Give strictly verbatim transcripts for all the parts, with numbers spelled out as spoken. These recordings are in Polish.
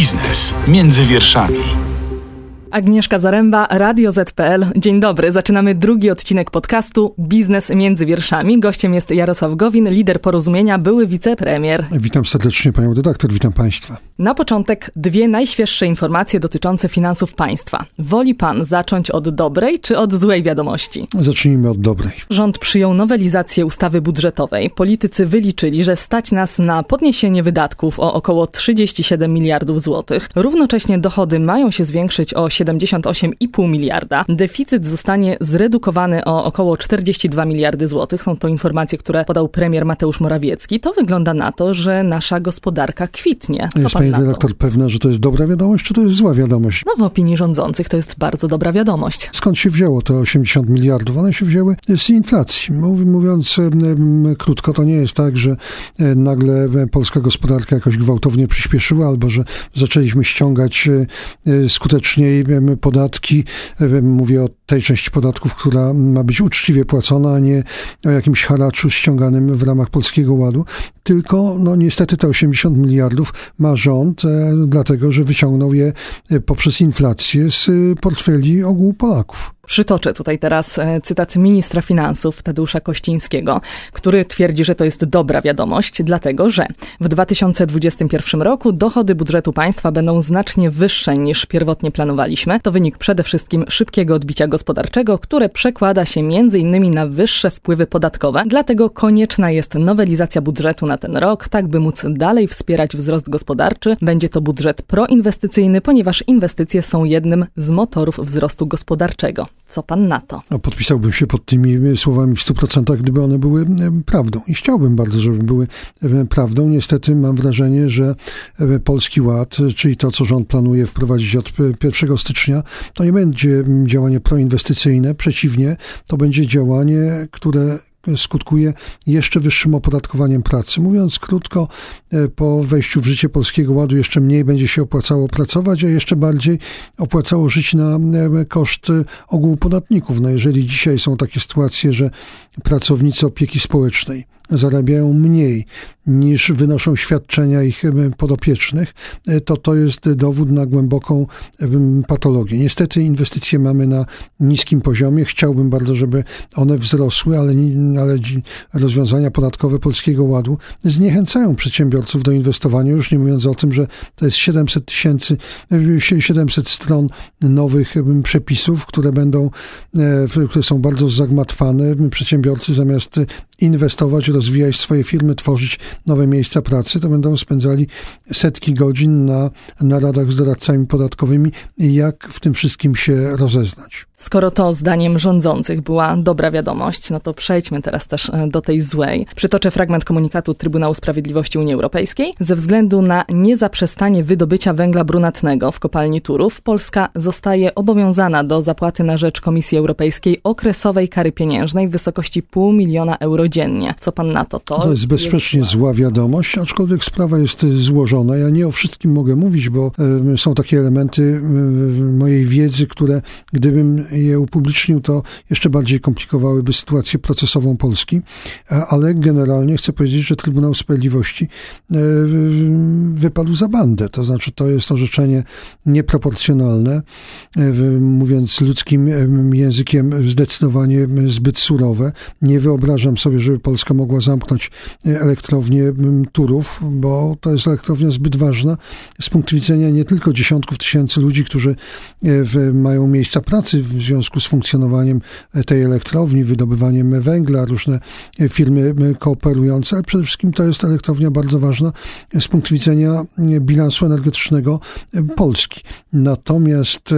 Biznes między wierszami. Agnieszka Zaręba, Radio Z P L. Dzień dobry. Zaczynamy drugi odcinek podcastu Biznes między wierszami. Gościem jest Jarosław Gowin, lider Porozumienia, były wicepremier. Witam serdecznie panią redaktor, witam państwa. Na początek dwie najświeższe informacje dotyczące finansów państwa. Woli pan zacząć od dobrej czy od złej wiadomości? Zacznijmy od dobrej. Rząd przyjął nowelizację ustawy budżetowej. Politycy wyliczyli, że stać nas na podniesienie wydatków o około trzydzieści siedem miliardów złotych. Równocześnie dochody mają się zwiększyć o siedemdziesiąt osiem i pół miliarda. Deficyt zostanie zredukowany o około czterdzieści dwa miliardy złotych. Są to informacje, które podał premier Mateusz Morawiecki. To wygląda na to, że nasza gospodarka kwitnie. Co jest pani redaktor pewna, że to jest dobra wiadomość, czy to jest zła wiadomość? No w opinii rządzących to jest bardzo dobra wiadomość. Skąd się wzięło te osiemdziesiąt miliardów? One się wzięły z inflacji. Mówiąc e, krótko, to nie jest tak, że e, nagle polska gospodarka jakoś gwałtownie przyspieszyła, albo że zaczęliśmy ściągać e, skuteczniej podatki. Mówię o tej części podatków, która ma być uczciwie płacona, a nie o jakimś haraczu ściąganym w ramach Polskiego Ładu. Tylko, no niestety te osiemdziesiąt miliardów ma rząd, e, dlatego, że wyciągnął je poprzez inflację z portfeli ogółu Polaków. Przytoczę tutaj teraz cytat ministra finansów Tadeusza Kościńskiego, który twierdzi, że to jest dobra wiadomość, dlatego że w dwa tysiące dwudziestym pierwszym roku dochody budżetu państwa będą znacznie wyższe niż pierwotnie planowaliśmy. To wynik przede wszystkim szybkiego odbicia gospodarczego, które przekłada się między innymi na wyższe wpływy podatkowe. Dlatego konieczna jest nowelizacja budżetu na ten rok, tak by móc dalej wspierać wzrost gospodarczy. Będzie to budżet proinwestycyjny, ponieważ inwestycje są jednym z motorów wzrostu gospodarczego. Co pan na to? No, podpisałbym się pod tymi słowami w stu procentach, gdyby one były prawdą. I chciałbym bardzo, żeby były prawdą. Niestety mam wrażenie, że Polski Ład, czyli to, co rząd planuje wprowadzić od pierwszego stycznia, to nie będzie działanie proinwestycyjne. Przeciwnie, to będzie działanie, które skutkuje jeszcze wyższym opodatkowaniem pracy. Mówiąc krótko, po wejściu w życie Polskiego Ładu jeszcze mniej będzie się opłacało pracować, a jeszcze bardziej opłacało żyć na koszt ogółu podatników. No jeżeli dzisiaj są takie sytuacje, że pracownicy opieki społecznej zarabiają mniej niż wynoszą świadczenia ich podopiecznych, to to jest dowód na głęboką patologię. Niestety inwestycje mamy na niskim poziomie. Chciałbym bardzo, żeby one wzrosły, ale, ale rozwiązania podatkowe Polskiego Ładu zniechęcają przedsiębiorców do inwestowania, już nie mówiąc o tym, że to jest siedemset tysięcy, siedemset stron nowych przepisów, które będą, które są bardzo zagmatwane. Przedsiębiorcy zamiast inwestować, rozwijać swoje firmy, tworzyć nowe miejsca pracy, to będą spędzali setki godzin na naradach z doradcami podatkowymi. Jak w tym wszystkim się rozeznać? Skoro to zdaniem rządzących była dobra wiadomość, no to przejdźmy teraz też do tej złej. Przytoczę fragment komunikatu Trybunału Sprawiedliwości Unii Europejskiej. Ze względu na niezaprzestanie wydobycia węgla brunatnego w kopalni Turów, Polska zostaje obowiązana do zapłaty na rzecz Komisji Europejskiej okresowej kary pieniężnej w wysokości pół miliona euro dziennie. Co pan na to? To, to jest bezsprzecznie jest zła wiadomość, aczkolwiek sprawa jest złożona. Ja nie o wszystkim mogę mówić, bo y, są takie elementy y, mojej wiedzy, które gdybym je upublicznił, to jeszcze bardziej komplikowałyby sytuację procesową Polski, ale generalnie chcę powiedzieć, że Trybunał Sprawiedliwości wypadł za bandę. To znaczy, to jest orzeczenie nieproporcjonalne, mówiąc ludzkim językiem, zdecydowanie zbyt surowe. Nie wyobrażam sobie, żeby Polska mogła zamknąć elektrownię Turów, bo to jest elektrownia zbyt ważna z punktu widzenia nie tylko dziesiątków tysięcy ludzi, którzy mają miejsca pracy w związku z funkcjonowaniem tej elektrowni, wydobywaniem węgla, różne firmy kooperujące, ale przede wszystkim to jest elektrownia bardzo ważna z punktu widzenia bilansu energetycznego Polski. Natomiast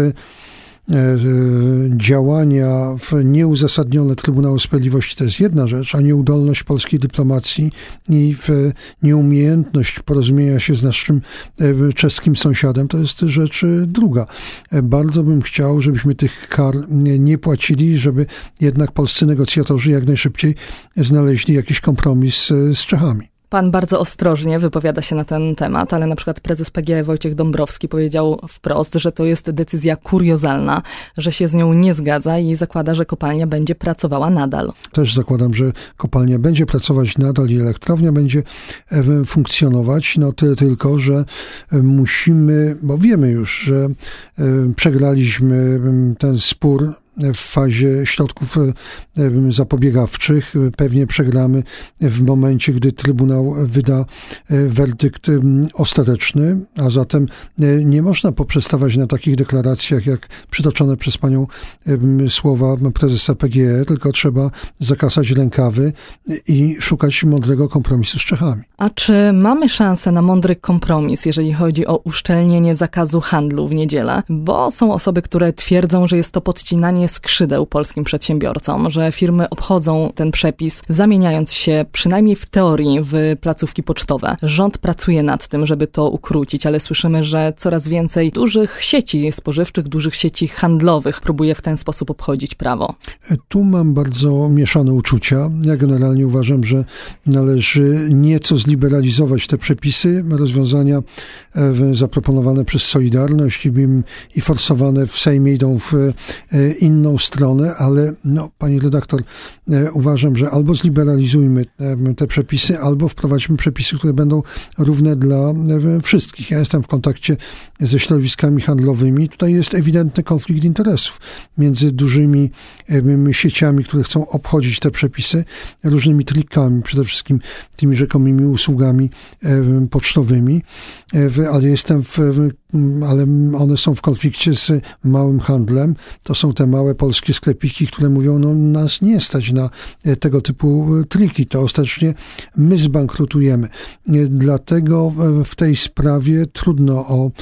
działania nieuzasadnione Trybunału Sprawiedliwości to jest jedna rzecz, a nieudolność polskiej dyplomacji i nieumiejętność porozumienia się z naszym czeskim sąsiadem to jest rzecz druga. Bardzo bym chciał, żebyśmy tych kar nie płacili, żeby jednak polscy negocjatorzy jak najszybciej znaleźli jakiś kompromis z Czechami. Pan bardzo ostrożnie wypowiada się na ten temat, ale na przykład prezes P G E Wojciech Dąbrowski powiedział wprost, że to jest decyzja kuriozalna, że się z nią nie zgadza i zakłada, że kopalnia będzie pracowała nadal. Też zakładam, że kopalnia będzie pracować nadal i elektrownia będzie funkcjonować, no tyle tylko, że musimy, bo wiemy już, że przegraliśmy ten spór w fazie środków zapobiegawczych. Pewnie przegramy w momencie, gdy Trybunał wyda werdykt ostateczny, a zatem nie można poprzestawać na takich deklaracjach, jak przytoczone przez panią słowa prezesa P G E, tylko trzeba zakasać rękawy i szukać mądrego kompromisu z Czechami. A czy mamy szansę na mądry kompromis, jeżeli chodzi o uszczelnienie zakazu handlu w niedzielę? Bo są osoby, które twierdzą, że jest to podcinanie skrzydeł polskim przedsiębiorcom, że firmy obchodzą ten przepis, zamieniając się przynajmniej w teorii w placówki pocztowe. Rząd pracuje nad tym, żeby to ukrócić, ale słyszymy, że coraz więcej dużych sieci spożywczych, dużych sieci handlowych próbuje w ten sposób obchodzić prawo. Tu mam bardzo mieszane uczucia. Ja generalnie uważam, że należy nieco zliberalizować te przepisy, rozwiązania zaproponowane przez Solidarność i, i forsowane w Sejmie idą w inną stronę, ale no, pani redaktor, uważam, że albo zliberalizujmy te przepisy, albo wprowadźmy przepisy, które będą równe dla wszystkich. Ja jestem w kontakcie ze środowiskami handlowymi. Tutaj jest ewidentny konflikt interesów między dużymi sieciami, które chcą obchodzić te przepisy różnymi trikami, przede wszystkim tymi rzekomymi usługami pocztowymi, ale jestem w, ale one są w konflikcie z małym handlem. To są te małe polskie sklepiki, które mówią, no nas nie stać na tego typu triki. To ostatecznie my zbankrutujemy. Dlatego w tej sprawie trudno o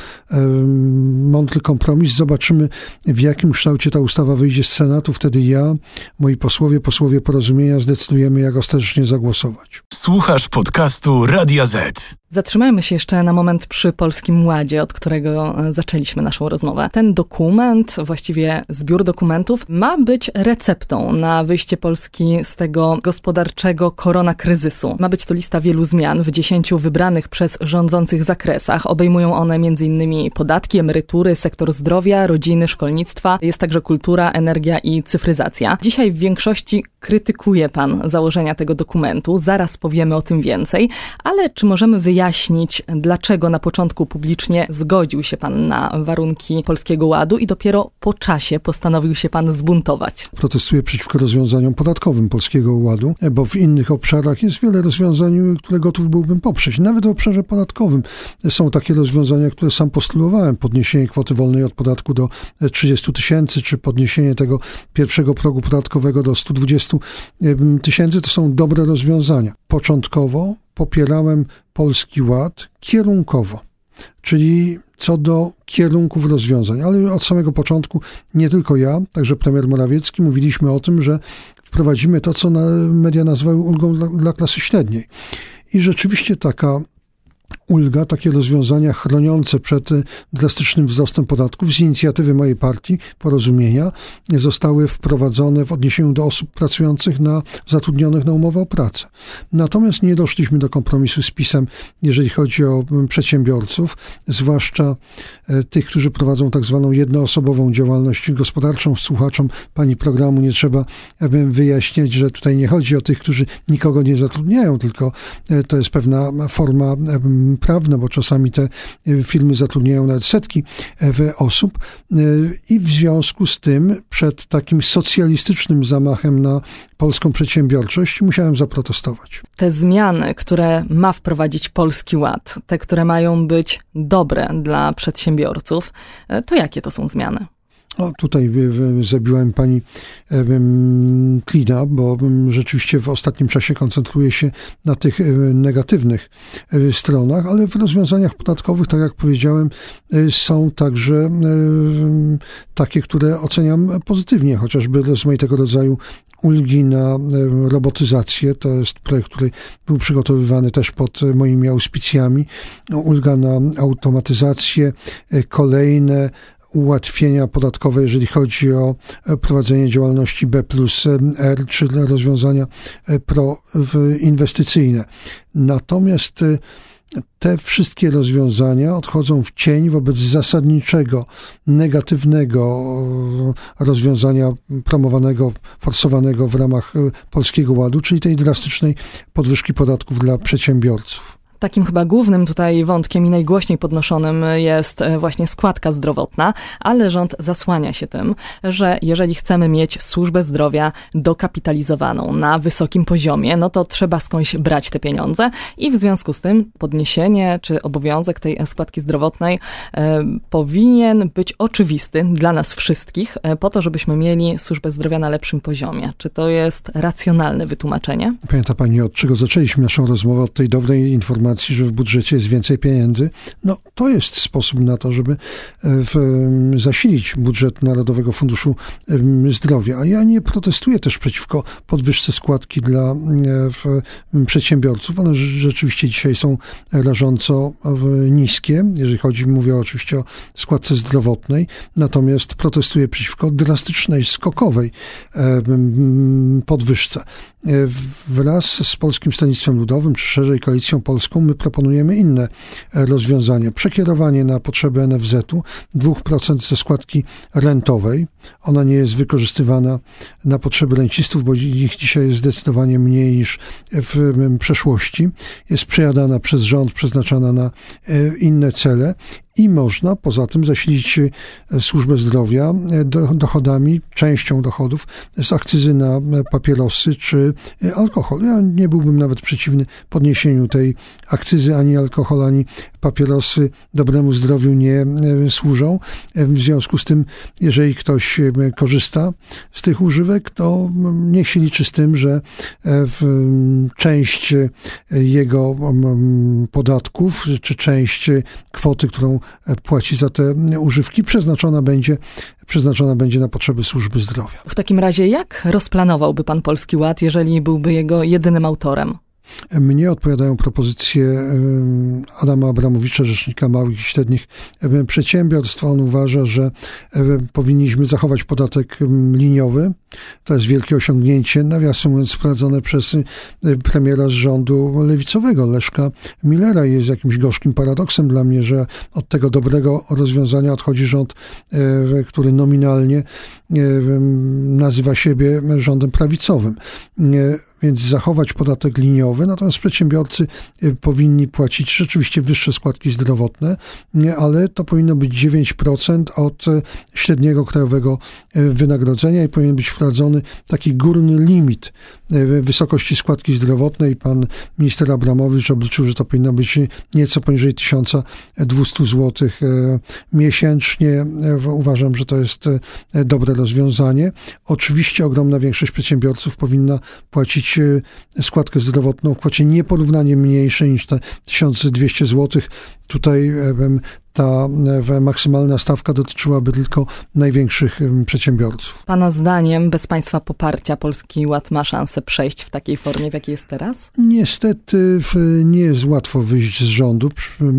mądry kompromis. Zobaczymy, w jakim kształcie ta ustawa wyjdzie z Senatu. Wtedy ja, moi posłowie, posłowie Porozumienia zdecydujemy, jak ostatecznie zagłosować. Słuchasz podcastu Radia Z. Zatrzymajmy się jeszcze na moment przy Polskim Ładzie, od którego zaczęliśmy naszą rozmowę. Ten dokument, właściwie zbiór dokumentów, ma być receptą na wyjście Polski z tego gospodarczego koronakryzysu. Ma być to lista wielu zmian w dziesięciu wybranych przez rządzących zakresach. Obejmują one m.in. podatki, emerytury, sektor zdrowia, rodziny, szkolnictwa. Jest także kultura, energia i cyfryzacja. Dzisiaj w większości krytykuje pan założenia tego dokumentu. Zaraz powiemy o tym więcej. Ale czy możemy wyjaśnić, Wyjaśnić, dlaczego na początku publicznie zgodził się pan na warunki Polskiego Ładu i dopiero po czasie postanowił się pan zbuntować? Protestuję przeciwko rozwiązaniom podatkowym Polskiego Ładu, bo w innych obszarach jest wiele rozwiązań, które gotów byłbym poprzeć. Nawet w obszarze podatkowym są takie rozwiązania, które sam postulowałem. Podniesienie kwoty wolnej od podatku do trzydziestu tysięcy, czy podniesienie tego pierwszego progu podatkowego do stu dwudziestu tysięcy. To są dobre rozwiązania. Początkowo popierałem Polski Ład kierunkowo, czyli co do kierunków rozwiązań. Ale od samego początku nie tylko ja, także premier Morawiecki mówiliśmy o tym, że wprowadzimy to, co media nazywały ulgą dla, dla klasy średniej. I rzeczywiście taka ulga, takie rozwiązania chroniące przed drastycznym wzrostem podatków z inicjatywy mojej partii Porozumienia zostały wprowadzone w odniesieniu do osób pracujących na zatrudnionych na umowę o pracę. Natomiast nie doszliśmy do kompromisu z PiS-em, jeżeli chodzi o przedsiębiorców, zwłaszcza tych, którzy prowadzą tak zwaną jednoosobową działalność gospodarczą. Słuchaczom pani programu nie trzeba wyjaśniać, że tutaj nie chodzi o tych, którzy nikogo nie zatrudniają, tylko to jest pewna forma prawne, bo czasami te firmy zatrudniają nawet setki osób i w związku z tym przed takim socjalistycznym zamachem na polską przedsiębiorczość musiałem zaprotestować. Te zmiany, które ma wprowadzić Polski Ład, te, które mają być dobre dla przedsiębiorców, to jakie to są zmiany? No, tutaj zabiła mi pani klina, bo rzeczywiście w ostatnim czasie koncentruję się na tych negatywnych stronach, ale w rozwiązaniach podatkowych, tak jak powiedziałem, są także takie, które oceniam pozytywnie, chociażby rozmaitego rodzaju ulgi na robotyzację. To jest projekt, który był przygotowywany też pod moimi auspicjami. Ulga na automatyzację, kolejne ułatwienia podatkowe, jeżeli chodzi o prowadzenie działalności B plus R, czy rozwiązania proinwestycyjne. Natomiast te wszystkie rozwiązania odchodzą w cień wobec zasadniczego, negatywnego rozwiązania promowanego, forsowanego w ramach Polskiego Ładu, czyli tej drastycznej podwyżki podatków dla przedsiębiorców. Takim chyba głównym tutaj wątkiem i najgłośniej podnoszonym jest właśnie składka zdrowotna, ale rząd zasłania się tym, że jeżeli chcemy mieć służbę zdrowia dokapitalizowaną na wysokim poziomie, no to trzeba skądś brać te pieniądze i w związku z tym podniesienie czy obowiązek tej składki zdrowotnej e, powinien być oczywisty dla nas wszystkich, e, po to, żebyśmy mieli służbę zdrowia na lepszym poziomie. Czy to jest racjonalne wytłumaczenie? Pamięta Pani, od czego zaczęliśmy naszą rozmowę? Od tej dobrej informacji, że w budżecie jest więcej pieniędzy. No, to jest sposób na to, żeby w, zasilić budżet Narodowego Funduszu Zdrowia. A ja nie protestuję też przeciwko podwyżce składki dla w, przedsiębiorców. One rzeczywiście dzisiaj są rażąco niskie, jeżeli chodzi, mówię oczywiście o składce zdrowotnej. Natomiast protestuję przeciwko drastycznej, skokowej podwyżce. Wraz z Polskim Stronnictwem Ludowym, czy szerzej Koalicją Polską, my proponujemy inne rozwiązania. Przekierowanie na potrzeby N F Z-u dwa procent ze składki rentowej. Ona nie jest wykorzystywana na potrzeby rencistów, bo ich dzisiaj jest zdecydowanie mniej niż w przeszłości. Jest przejadana przez rząd, przeznaczana na inne cele. I można poza tym zasilić służbę zdrowia dochodami, częścią dochodów z akcyzy na papierosy czy alkohol. Ja nie byłbym nawet przeciwny podniesieniu tej akcyzy. Ani alkohol, ani papierosy dobremu zdrowiu nie służą. W związku z tym, jeżeli ktoś korzysta z tych używek, to niech się liczy z tym, że część jego podatków, czy część kwoty, którą płaci za te używki, przeznaczona będzie, przeznaczona będzie na potrzeby służby zdrowia. W takim razie jak rozplanowałby pan Polski Ład, jeżeli byłby jego jedynym autorem? Mnie odpowiadają propozycje Adama Abramowicza, rzecznika małych i średnich przedsiębiorstw. On uważa, że powinniśmy zachować podatek liniowy. To jest wielkie osiągnięcie, nawiasem mówiąc, wprowadzone przez premiera z rządu lewicowego, Leszka Millera. Jest jakimś gorzkim paradoksem dla mnie, że od tego dobrego rozwiązania odchodzi rząd, który nominalnie nazywa siebie rządem prawicowym. Więc zachować podatek liniowy, natomiast przedsiębiorcy powinni płacić rzeczywiście wyższe składki zdrowotne, ale to powinno być dziewięć procent od średniego krajowego wynagrodzenia i powinien być wprowadzony taki górny limit wysokości składki zdrowotnej. Pan minister Abramowicz obliczył, że to powinno być nieco poniżej tysiąc dwieście złotych miesięcznie. Uważam, że to jest dobre rozwiązanie. Oczywiście ogromna większość przedsiębiorców powinna płacić składkę zdrowotną w kwocie nieporównanie mniejszej niż te tysiąc dwieście złotych. Tutaj ta maksymalna stawka dotyczyłaby tylko największych przedsiębiorców. Pana zdaniem bez państwa poparcia Polski Ład ma szansę przejść w takiej formie, w jakiej jest teraz? Niestety nie jest łatwo wyjść z rządu.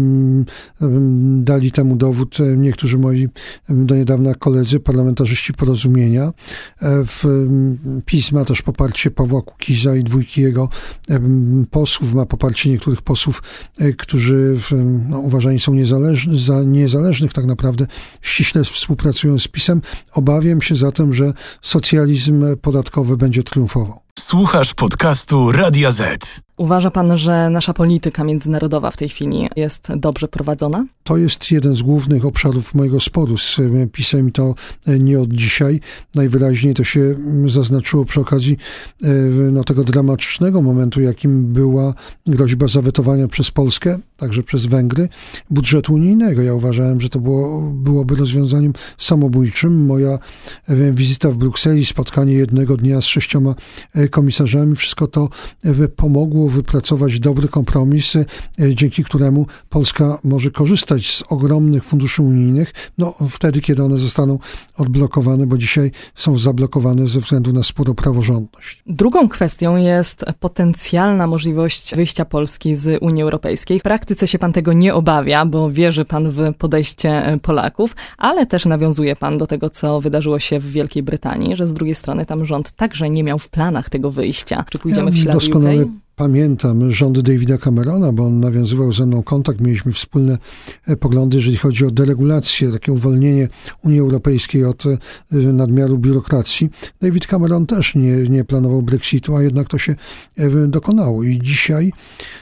Dali temu dowód niektórzy moi do niedawna koledzy, parlamentarzyści Porozumienia. PiS ma też poparcie Pawła Kukiza i dwójki jego posłów. Ma poparcie niektórych posłów, którzy no, uważani są niezależni, za niezależnych, tak naprawdę ściśle współpracują z PiS-em. Obawiam się zatem, że socjalizm podatkowy będzie triumfował. Słuchasz podcastu Radia Z. Uważa pan, że nasza polityka międzynarodowa w tej chwili jest dobrze prowadzona? To jest jeden z głównych obszarów mojego sporu z PiS-em i to nie od dzisiaj. Najwyraźniej to się zaznaczyło przy okazji no, tego dramatycznego momentu, jakim była groźba zawetowania przez Polskę, także przez Węgry, budżetu unijnego. Ja uważałem, że to było, byłoby rozwiązaniem samobójczym. Moja wizyta w Brukseli, spotkanie jednego dnia z sześcioma komisarzami. Wszystko to pomogło wypracować dobry kompromis, dzięki któremu Polska może korzystać z ogromnych funduszy unijnych, no wtedy, kiedy one zostaną odblokowane, bo dzisiaj są zablokowane ze względu na spór o praworządność. Drugą kwestią jest potencjalna możliwość wyjścia Polski z Unii Europejskiej. W praktyce się pan tego nie obawia, bo wierzy pan w podejście Polaków, ale też nawiązuje pan do tego, co wydarzyło się w Wielkiej Brytanii, że z drugiej strony tam rząd także nie miał w planach tego wyjścia. Czy pójdziemy ja w ślady doskonale U K? Pamiętam rządy Davida Camerona, bo on nawiązywał ze mną kontakt, mieliśmy wspólne poglądy, jeżeli chodzi o deregulację, takie uwolnienie Unii Europejskiej od nadmiaru biurokracji. David Cameron też nie, nie planował Brexitu, a jednak to się dokonało. I dzisiaj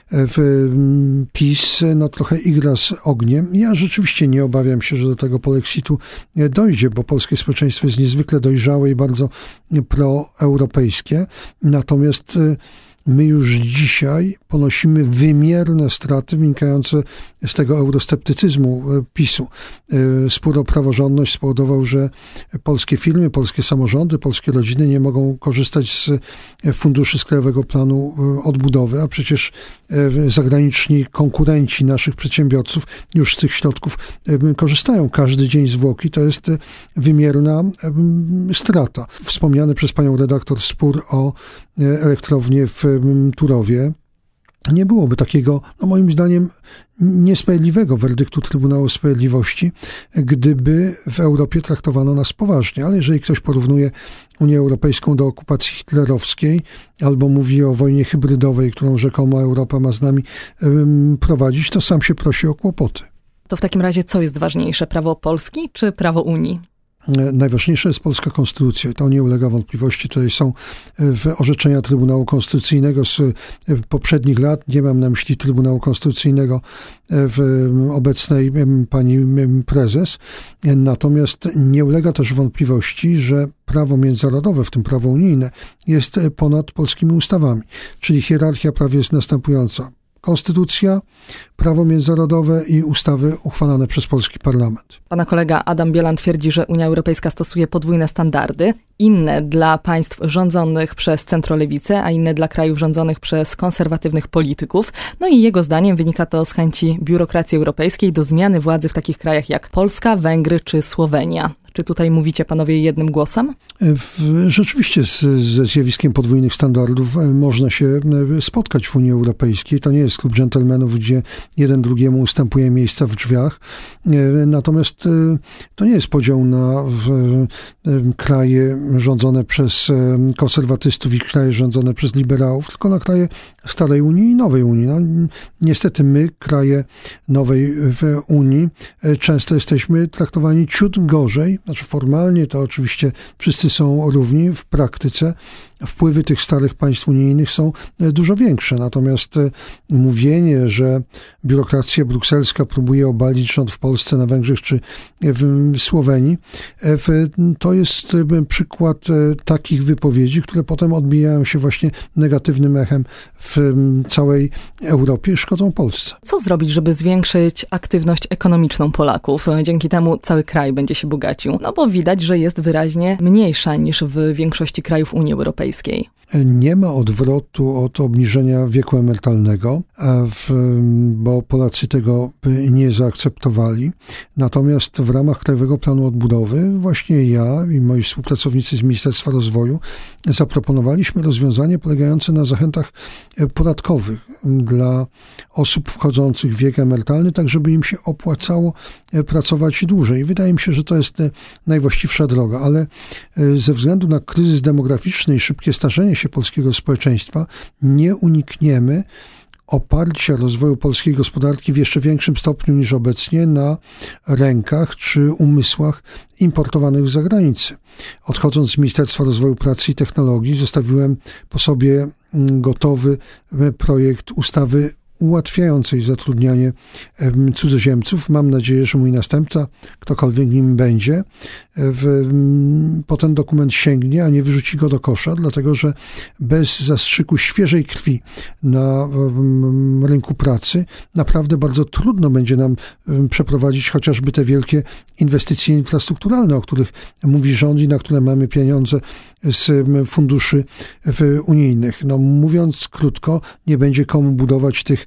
w PiS no, trochę igra z ogniem. Ja rzeczywiście nie obawiam się, że do tego polexitu dojdzie, bo polskie społeczeństwo jest niezwykle dojrzałe i bardzo proeuropejskie. Natomiast my już dzisiaj ponosimy wymierne straty wynikające z tego eurosceptycyzmu PiSu. Spór o praworządność spowodował, że polskie firmy, polskie samorządy, polskie rodziny nie mogą korzystać z funduszy z Krajowego Planu Odbudowy, a przecież zagraniczni konkurenci naszych przedsiębiorców już z tych środków korzystają. Każdy dzień zwłoki to jest wymierna strata. Wspomniany przez panią redaktor spór o elektrownię w Turowie. Nie byłoby takiego, no moim zdaniem, niesprawiedliwego werdyktu Trybunału Sprawiedliwości, gdyby w Europie traktowano nas poważnie. Ale jeżeli ktoś porównuje Unię Europejską do okupacji hitlerowskiej albo mówi o wojnie hybrydowej, którą rzekomo Europa ma z nami um, prowadzić, to sam się prosi o kłopoty. To w takim razie co jest ważniejsze, prawo Polski czy prawo Unii? Najważniejsza jest polska konstytucja. To nie ulega wątpliwości. Tutaj są orzeczenia Trybunału Konstytucyjnego z poprzednich lat. Nie mam na myśli Trybunału Konstytucyjnego w obecnej pani prezes. Natomiast nie ulega też wątpliwości, że prawo międzynarodowe, w tym prawo unijne, jest ponad polskimi ustawami. Czyli hierarchia praw jest następująca. Konstytucja, prawo międzynarodowe i ustawy uchwalane przez polski parlament. Pana kolega Adam Bielan twierdzi, że Unia Europejska stosuje podwójne standardy, inne dla państw rządzonych przez centrolewicę, a inne dla krajów rządzonych przez konserwatywnych polityków. No i jego zdaniem wynika to z chęci biurokracji europejskiej do zmiany władzy w takich krajach jak Polska, Węgry czy Słowenia. Czy tutaj mówicie panowie jednym głosem? Rzeczywiście z, ze zjawiskiem podwójnych standardów można się spotkać w Unii Europejskiej. To nie jest klub dżentelmenów, gdzie jeden drugiemu ustępuje miejsca w drzwiach. Natomiast to nie jest podział na w, kraje rządzone przez konserwatystów i kraje rządzone przez liberałów, tylko na kraje starej Unii i nowej Unii. No, niestety my, kraje nowej w Unii, często jesteśmy traktowani ciut gorzej. Znaczy formalnie to oczywiście wszyscy są równi, w praktyce wpływy tych starych państw unijnych są dużo większe. Natomiast mówienie, że biurokracja brukselska próbuje obalić rząd w Polsce, na Węgrzech czy w Słowenii, to jest przykład takich wypowiedzi, które potem odbijają się właśnie negatywnym echem w całej Europie i szkodzą Polsce. Co zrobić, żeby zwiększyć aktywność ekonomiczną Polaków? Dzięki temu cały kraj będzie się bogacił. No bo widać, że jest wyraźnie mniejsza niż w większości krajów Unii Europejskiej. Nie ma odwrotu od obniżenia wieku emerytalnego, w, bo Polacy tego by nie zaakceptowali. Natomiast w ramach Krajowego Planu Odbudowy właśnie ja i moi współpracownicy z Ministerstwa Rozwoju zaproponowaliśmy rozwiązanie polegające na zachętach podatkowych dla osób wchodzących w wiek emerytalny, tak żeby im się opłacało pracować dłużej. Wydaje mi się, że to jest najwłaściwsza droga, ale ze względu na kryzys demograficzny i szybkie starzenie się polskiego społeczeństwa nie unikniemy oparcia rozwoju polskiej gospodarki w jeszcze większym stopniu niż obecnie na rękach czy umysłach importowanych z zagranicy. Odchodząc z Ministerstwa Rozwoju Pracy i Technologii, zostawiłem po sobie gotowy projekt ustawy ułatwiającej zatrudnianie cudzoziemców. Mam nadzieję, że mój następca, ktokolwiek nim będzie, w, po ten dokument sięgnie, a nie wyrzuci go do kosza, dlatego że bez zastrzyku świeżej krwi na rynku pracy naprawdę bardzo trudno będzie nam przeprowadzić chociażby te wielkie inwestycje infrastrukturalne, o których mówi rząd i na które mamy pieniądze z funduszy unijnych. No, mówiąc krótko, nie będzie komu budować tych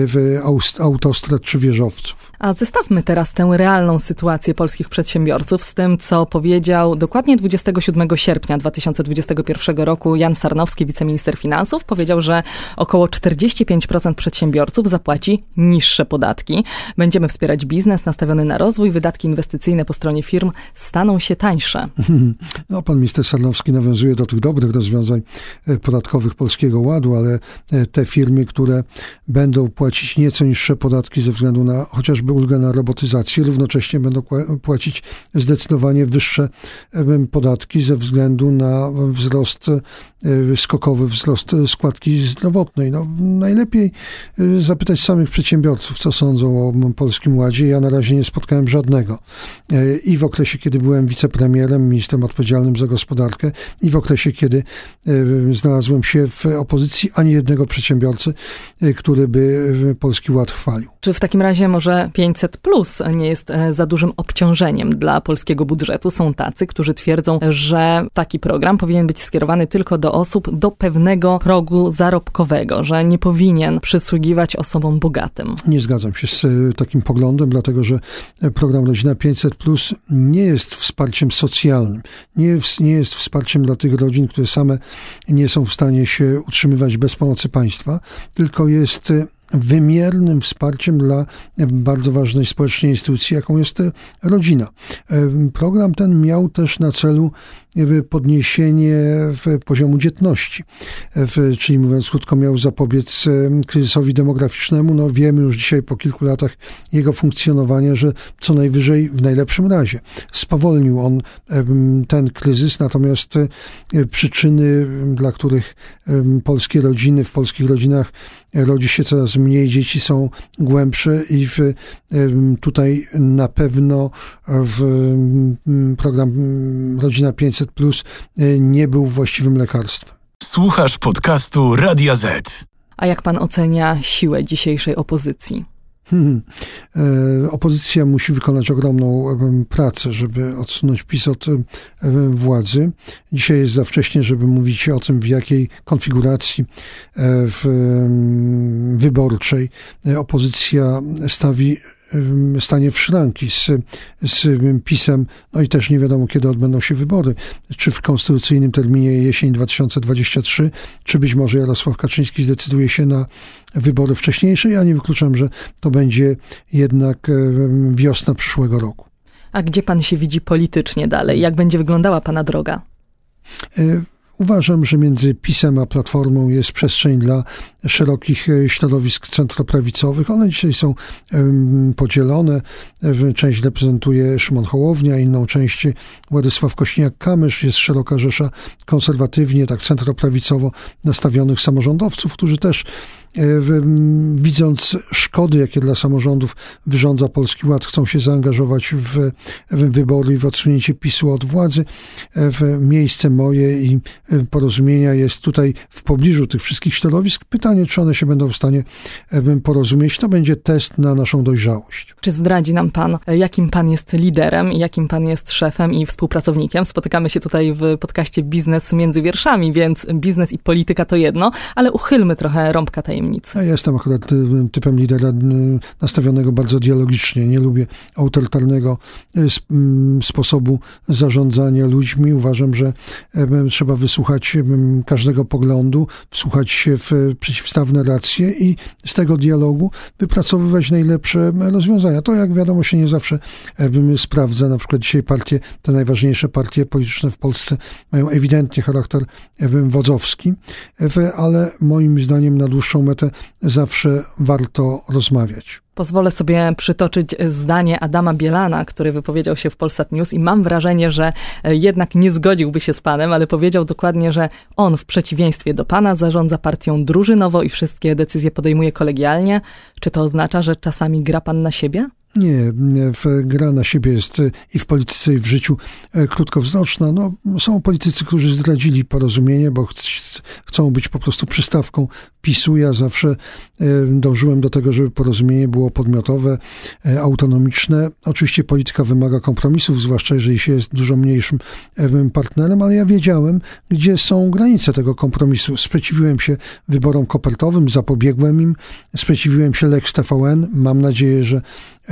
autostrad czy wieżowców. A zestawmy teraz tę realną sytuację polskich przedsiębiorców z tym, co powiedział dokładnie dwudziestego siódmego sierpnia dwa tysiące dwudziestego pierwszego roku Jan Sarnowski, wiceminister finansów. Powiedział, że około czterdzieści pięć procent przedsiębiorców zapłaci niższe podatki. Będziemy wspierać biznes nastawiony na rozwój. Wydatki inwestycyjne po stronie firm staną się tańsze. No, pan minister Sarnowski nawiązuje do tych dobrych rozwiązań podatkowych Polskiego Ładu, ale te firmy, które będą płacić nieco niższe podatki ze względu na chociażby ulgę na robotyzację, równocześnie będą płacić zdecydowanie wyższe podatki ze względu na wzrost, skokowy wzrost składki zdrowotnej. No, najlepiej zapytać samych przedsiębiorców, co sądzą o Polskim Ładzie. Ja na razie nie spotkałem żadnego. I w okresie, kiedy byłem wicepremierem, ministrem odpowiedzialnym za gospodarkę, i w okresie, kiedy znalazłem się w opozycji, ani jednego przedsiębiorcy, który by Polski Ład chwalił. Czy w takim razie może pięćset plus nie jest za dużym obciążeniem dla polskiego budżetu? Są tacy, którzy twierdzą, że taki program powinien być skierowany tylko do osób do pewnego progu zarobkowego, że nie powinien przysługiwać osobom bogatym. Nie zgadzam się z takim poglądem, dlatego że program Rodzina pięćset plus nie jest wsparciem socjalnym, nie jest, nie jest wsparciem dla tych rodzin, które same nie są w stanie się utrzymywać bez pomocy państwa, tylko jest wymiernym wsparciem dla bardzo ważnej społecznie instytucji, jaką jest rodzina. Program ten miał też na celu podniesienie poziomu dzietności, czyli mówiąc krótko, miał zapobiec kryzysowi demograficznemu. No wiemy już dzisiaj po kilku latach jego funkcjonowania, że co najwyżej w najlepszym razie spowolnił on ten kryzys, natomiast przyczyny, dla których polskie rodziny, w polskich rodzinach rodzi się coraz mniej dzieci, są głębsze i w, tutaj na pewno w program Rodzina pięćset plus nie był właściwym lekarstwem. Słuchasz podcastu Radia Z. A jak pan ocenia siłę dzisiejszej opozycji? Hmm. E, opozycja musi wykonać ogromną e, pracę, żeby odsunąć PiS od e, władzy. Dzisiaj jest za wcześnie, żeby mówić o tym, w jakiej konfiguracji e, w, e, wyborczej e, opozycja stawi stanie w szranki z, z PiS-em, no i też nie wiadomo, kiedy odbędą się wybory, czy w konstytucyjnym terminie jesień dwa tysiące dwudziesty trzeci, czy być może Jarosław Kaczyński zdecyduje się na wybory wcześniejsze. Ja nie wykluczam, że to będzie jednak wiosna przyszłego roku. A gdzie pan się widzi politycznie dalej? Jak będzie wyglądała pana droga? Y- Uważam, że między PiS-em a Platformą jest przestrzeń dla szerokich środowisk centroprawicowych. One dzisiaj są um, podzielone. Część reprezentuje Szymon Hołownia, inną część Władysław Kosiniak-Kamysz. Jest szeroka rzesza konserwatywnie, tak centroprawicowo nastawionych samorządowców, którzy też widząc szkody, jakie dla samorządów wyrządza Polski Ład, chcą się zaangażować w, w wybory i w odsunięcie PiS-u od władzy. W miejsce moje i porozumienia jest tutaj w pobliżu tych wszystkich środowisk. Pytanie, czy one się będą w stanie porozumieć, to będzie test na naszą dojrzałość. Czy zdradzi nam pan, jakim pan jest liderem i jakim pan jest szefem i współpracownikiem? Spotykamy się tutaj w podcaście Biznes między wierszami, więc biznes i polityka to jedno, ale uchylmy trochę rąbka tajemnicy. Ja jestem akurat typem lidera nastawionego bardzo dialogicznie. Nie lubię autorytarnego sposobu zarządzania ludźmi. Uważam, że trzeba wysłuchać każdego poglądu, wsłuchać się w przeciwstawne racje i z tego dialogu wypracowywać najlepsze rozwiązania. To, jak wiadomo, się nie zawsze sprawdza. Na przykład dzisiaj partie, te najważniejsze partie polityczne w Polsce mają ewidentnie charakter wodzowski, ale moim zdaniem na dłuższą metę zawsze warto rozmawiać. Pozwolę sobie przytoczyć zdanie Adama Bielana, który wypowiedział się w Polsat News i mam wrażenie, że jednak nie zgodziłby się z panem, ale powiedział dokładnie, że on w przeciwieństwie do pana zarządza partią drużynowo i wszystkie decyzje podejmuje kolegialnie. Czy to oznacza, że czasami gra pan na siebie? Nie, gra na siebie jest i w polityce, i w życiu krótkowzroczna. No, są politycy, którzy zdradzili porozumienie, bo ch- chcą być po prostu przystawką PiSu. Ja zawsze dążyłem do tego, żeby porozumienie było podmiotowe, autonomiczne. Oczywiście polityka wymaga kompromisów, zwłaszcza jeżeli się jest dużo mniejszym partnerem, ale ja wiedziałem, gdzie są granice tego kompromisu. Sprzeciwiłem się wyborom kopertowym, zapobiegłem im, sprzeciwiłem się Lex T V N. Mam nadzieję, że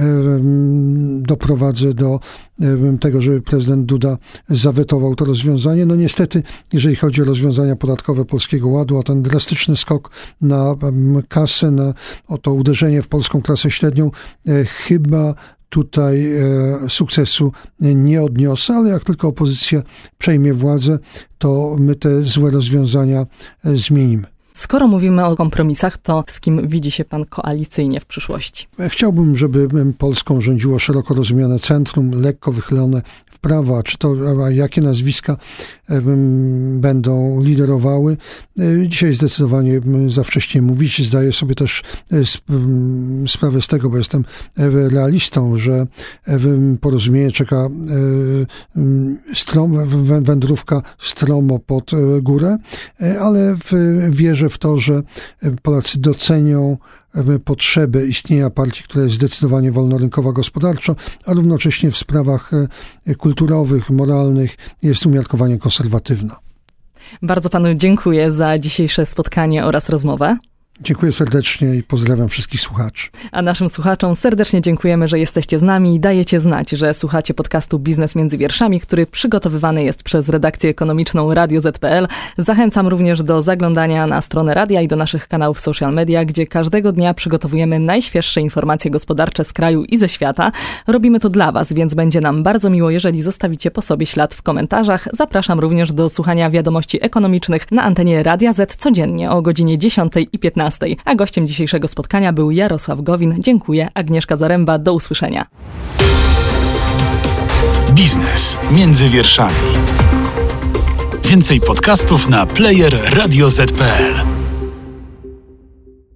doprowadzę do tego, żeby prezydent Duda zawetował to rozwiązanie. No niestety, jeżeli chodzi o rozwiązania podatkowe Polskiego Ładu, a ten drastyczny skok na kasę, na o to uderzenie w polską klasę średnią, chyba tutaj sukcesu nie odniosę, ale jak tylko opozycja przejmie władzę, to my te złe rozwiązania zmienimy. Skoro mówimy o kompromisach, to z kim widzi się pan koalicyjnie w przyszłości? Chciałbym, żeby Polską rządziło szeroko rozumiane centrum, lekko wychylone w prawo, a czy to, a jakie nazwiska będą liderowały. Dzisiaj zdecydowanie za wcześnie mówić. Zdaję sobie też sprawę z tego, bo jestem realistą, że porozumienie czeka strom, wędrówka stromo pod górę, ale wierzę w to, że Polacy docenią potrzebę istnienia partii, która jest zdecydowanie wolnorynkowa gospodarczo, a równocześnie w sprawach kulturowych, moralnych jest umiarkowanie konserwatywna. Bardzo panu dziękuję za dzisiejsze spotkanie oraz rozmowę. Dziękuję serdecznie i pozdrawiam wszystkich słuchaczy. A naszym słuchaczom serdecznie dziękujemy, że jesteście z nami i dajecie znać, że słuchacie podcastu Biznes między wierszami, który przygotowywany jest przez redakcję ekonomiczną Radio Z kropka P L. Zachęcam również do zaglądania na stronę radia i do naszych kanałów social media, gdzie każdego dnia przygotowujemy najświeższe informacje gospodarcze z kraju i ze świata. Robimy to dla was, więc będzie nam bardzo miło, jeżeli zostawicie po sobie ślad w komentarzach. Zapraszam również do słuchania wiadomości ekonomicznych na antenie Radia Z codziennie o godzinie dziesiątej i piętnastej. A gościem dzisiejszego spotkania był Jarosław Gowin. Dziękuję. Agnieszka Zaręba. Do usłyszenia. Biznes między wierszami. Więcej podcastów na player radio zet kropka P L.